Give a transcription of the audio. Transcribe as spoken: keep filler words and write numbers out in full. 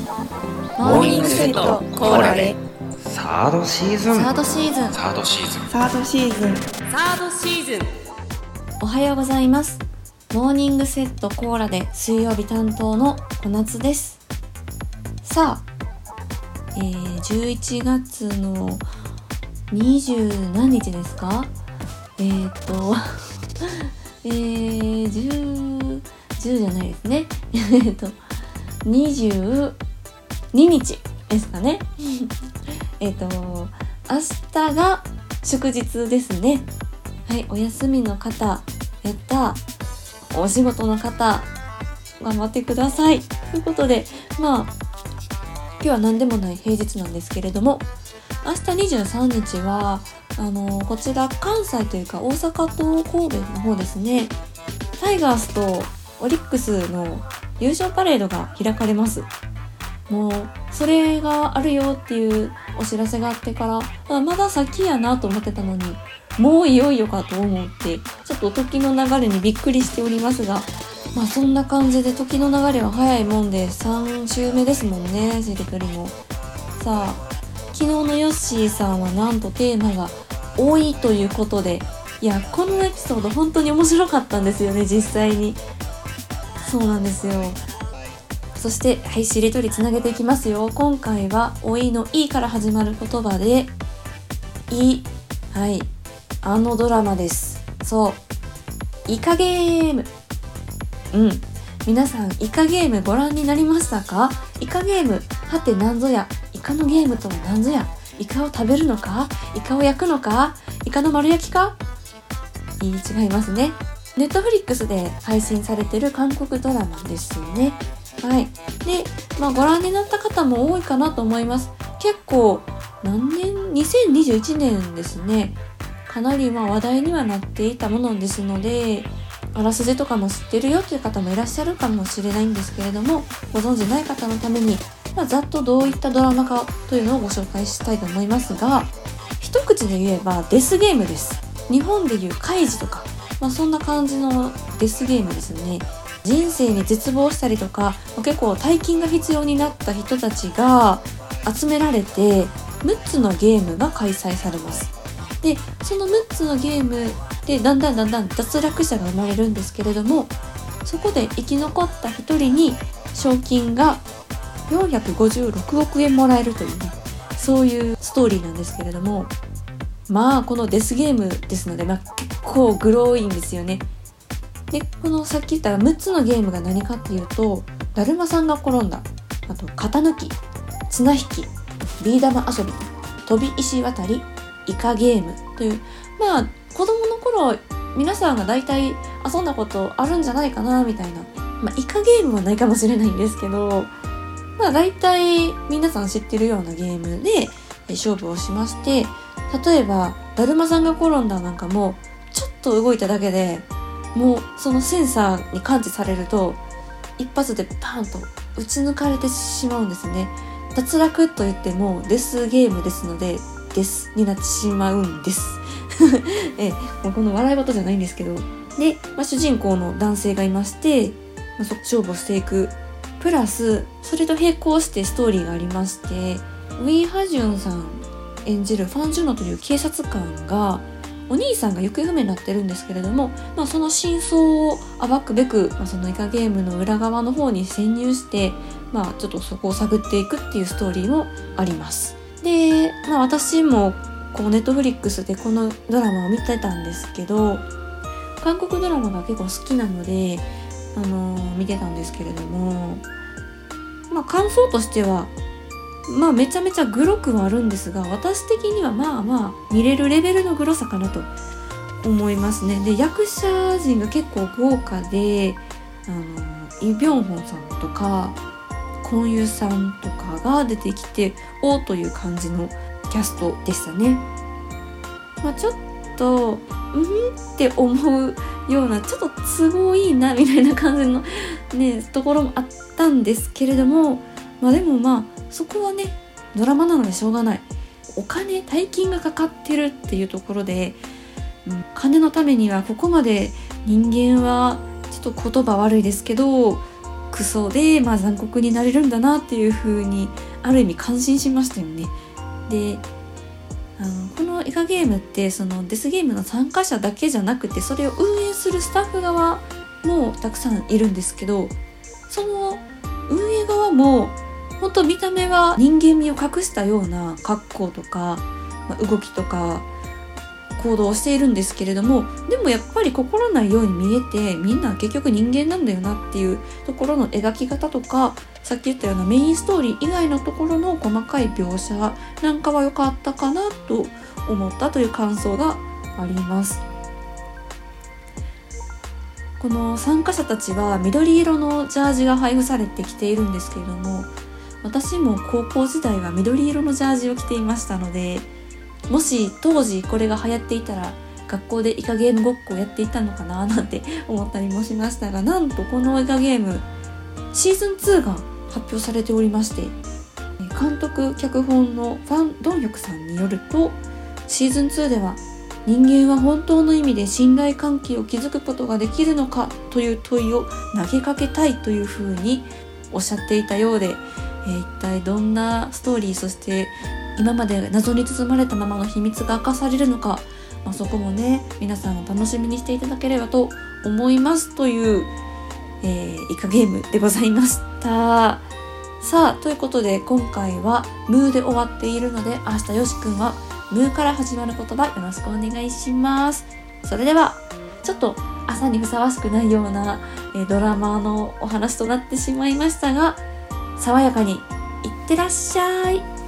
モーニングセットコーラでサードシーズンサードシーズンサードシーズンサードシーズンサードシーズンおはようございます。モーニングセットコーラで水曜日担当の小夏です。さあ、えー、じゅういちがつのにじゅう何日ですか？えーっとえー、10、じゅうじゃないですねえっとにじゅうににちですかねえっと明日が祝日ですね。はい、お休みの方、やった、お仕事の方頑張ってくださいということで、まあ今日は何でもない平日なんですけれども、明日にじゅうさんにちはあのこちら関西というか大阪と神戸の方ですね、タイガースとオリックスの優勝パレードが開かれます。もうそれがあるよっていうお知らせがあってからまだ先やなと思ってたのに、もういよいよかと思ってちょっと時の流れにびっくりしておりますが、まあそんな感じで時の流れは早いもんでさん週目ですもんね、しりとりも。さあ、昨日のヨッシーさんはなんとテーマが多いということで、いやこのエピソード本当に面白かったんですよね、実際に。そうなんですよ。そしてはい、しりとりつなげていきますよ。今回はおいのいから始まる言葉でい、はい、あのドラマです。そう、イカゲーム。うん皆さんイカゲームご覧になりましたか？イカゲーム、はてなんぞや、イカのゲームとはなんぞや、イカを食べるのか、イカを焼くのか、イカの丸焼きか。言い違いますね。ネットフリックスで配信されてる韓国ドラマですよね。はい。で、まあご覧になった方も多いかなと思います。結構何年にせんにじゅういちねんですね。かなりまあ話題にはなっていたものですので、あらすじとかも知ってるよという方もいらっしゃるかもしれないんですけれども、ご存知ない方のために、まあ、ざっとどういったドラマかというのをご紹介したいと思いますが、一口で言えばデスゲームです。日本でいうカイジとか、まあ、そんな感じのデスゲームですね。人生に絶望したりとか、結構大金が必要になった人たちが集められてむっつのゲームが開催されます。で、そのむっつのゲームでだんだんだんだん脱落者が生まれるんですけれども、そこで生き残ったひとりに賞金がよんひゃくごじゅうろくおくえんもらえるというね、そういうストーリーなんですけれども、まあこのデスゲームですので、まあ、結構グロいんですよね。で、このさっき言ったむっつのゲームが何かっていうと、だるまさんが転んだ、あと型抜き、綱引き、ビー玉遊び、飛び石渡り、イカゲームという、まあ子供の頃皆さんが大体遊んだことあるんじゃないかなみたいな、まあイカゲームはないかもしれないんですけど、まあ大体皆さん知ってるようなゲームで勝負をしまして、例えばだるまさんが転んだなんかもちょっと動いただけでもうそのセンサーに感知されると一発でパーンと打ち抜かれてしまうんですね。脱落と言ってもデスゲームですのでデスになってしまうんですえもうこの笑い事じゃないんですけど、で、まあ、主人公の男性がいまして、まあ、そ勝負をしていくプラスそれと並行してストーリーがありまして、ウィー・ハジュンさん演じるファン・ジュノという警察官がお兄さんが行方不明になってるんですけれども、まあ、その真相を暴くべく、まあ、そのイカゲームの裏側の方に潜入して、まあ、ちょっとそこを探っていくっていうストーリーもあります。で、まあ、私もこうネットフリックスでこのドラマを見てたんですけど、韓国ドラマが結構好きなので、あのー、見てたんですけれども、まあ、感想としてはまあめちゃめちゃグロくはあるんですが、私的にはまあまあ見れるレベルのグロさかなと思いますね。で、役者陣が結構豪華で、あのイ・ビョンホンさんとかコンユさんとかが出てきて、おーという感じのキャストでしたね。まあちょっとうんって思うような、ちょっと都合いいなみたいな感じのねところもあったんですけれども、まあでもまあそこはねドラマなのでしょうがない。お金、大金がかかってるっていうところで、うん、金のためにはここまで人間はちょっと言葉悪いですけどクソで、まあ、残酷になれるんだなっていう風にある意味感心しましたよね。であのこのイカゲームってそのデスゲームの参加者だけじゃなくて、それを運営するスタッフ側もたくさんいるんですけど、その運営側も本当見た目は人間味を隠したような格好とか、まあ、動きとか行動をしているんですけれども、でもやっぱり心ないように見えて、みんな結局人間なんだよなっていうところの描き方とか、さっき言ったようなメインストーリー以外のところの細かい描写なんかは良かったかなと思ったという感想があります。この参加者たちは緑色のジャージが配布されてきているんですけれども、私も高校時代は緑色のジャージを着ていましたので、もし当時これが流行っていたら学校でイカゲームごっこをやっていたのかななんて思ったりもしましたが、なんとこのイカゲームシーズンツーが発表されておりまして、監督脚本のファン・ドンヒョクさんによると、シーズンツーでは人間は本当の意味で信頼関係を築くことができるのかという問いを投げかけたいというふうにおっしゃっていたようで、えー、一体どんなストーリー、そして今まで謎に包まれたままの秘密が明かされるのか、まあ、そこもね皆さんを楽しみにしていただければと思いますという、えー、イカゲームでございました。さあということで今回はムーで終わっているので、明日よしくんはムーから始まる言葉よろしくお願いします。それではちょっと朝にふさわしくないような、えー、ドラマのお話となってしまいましたが、爽やかにいってらっしゃい。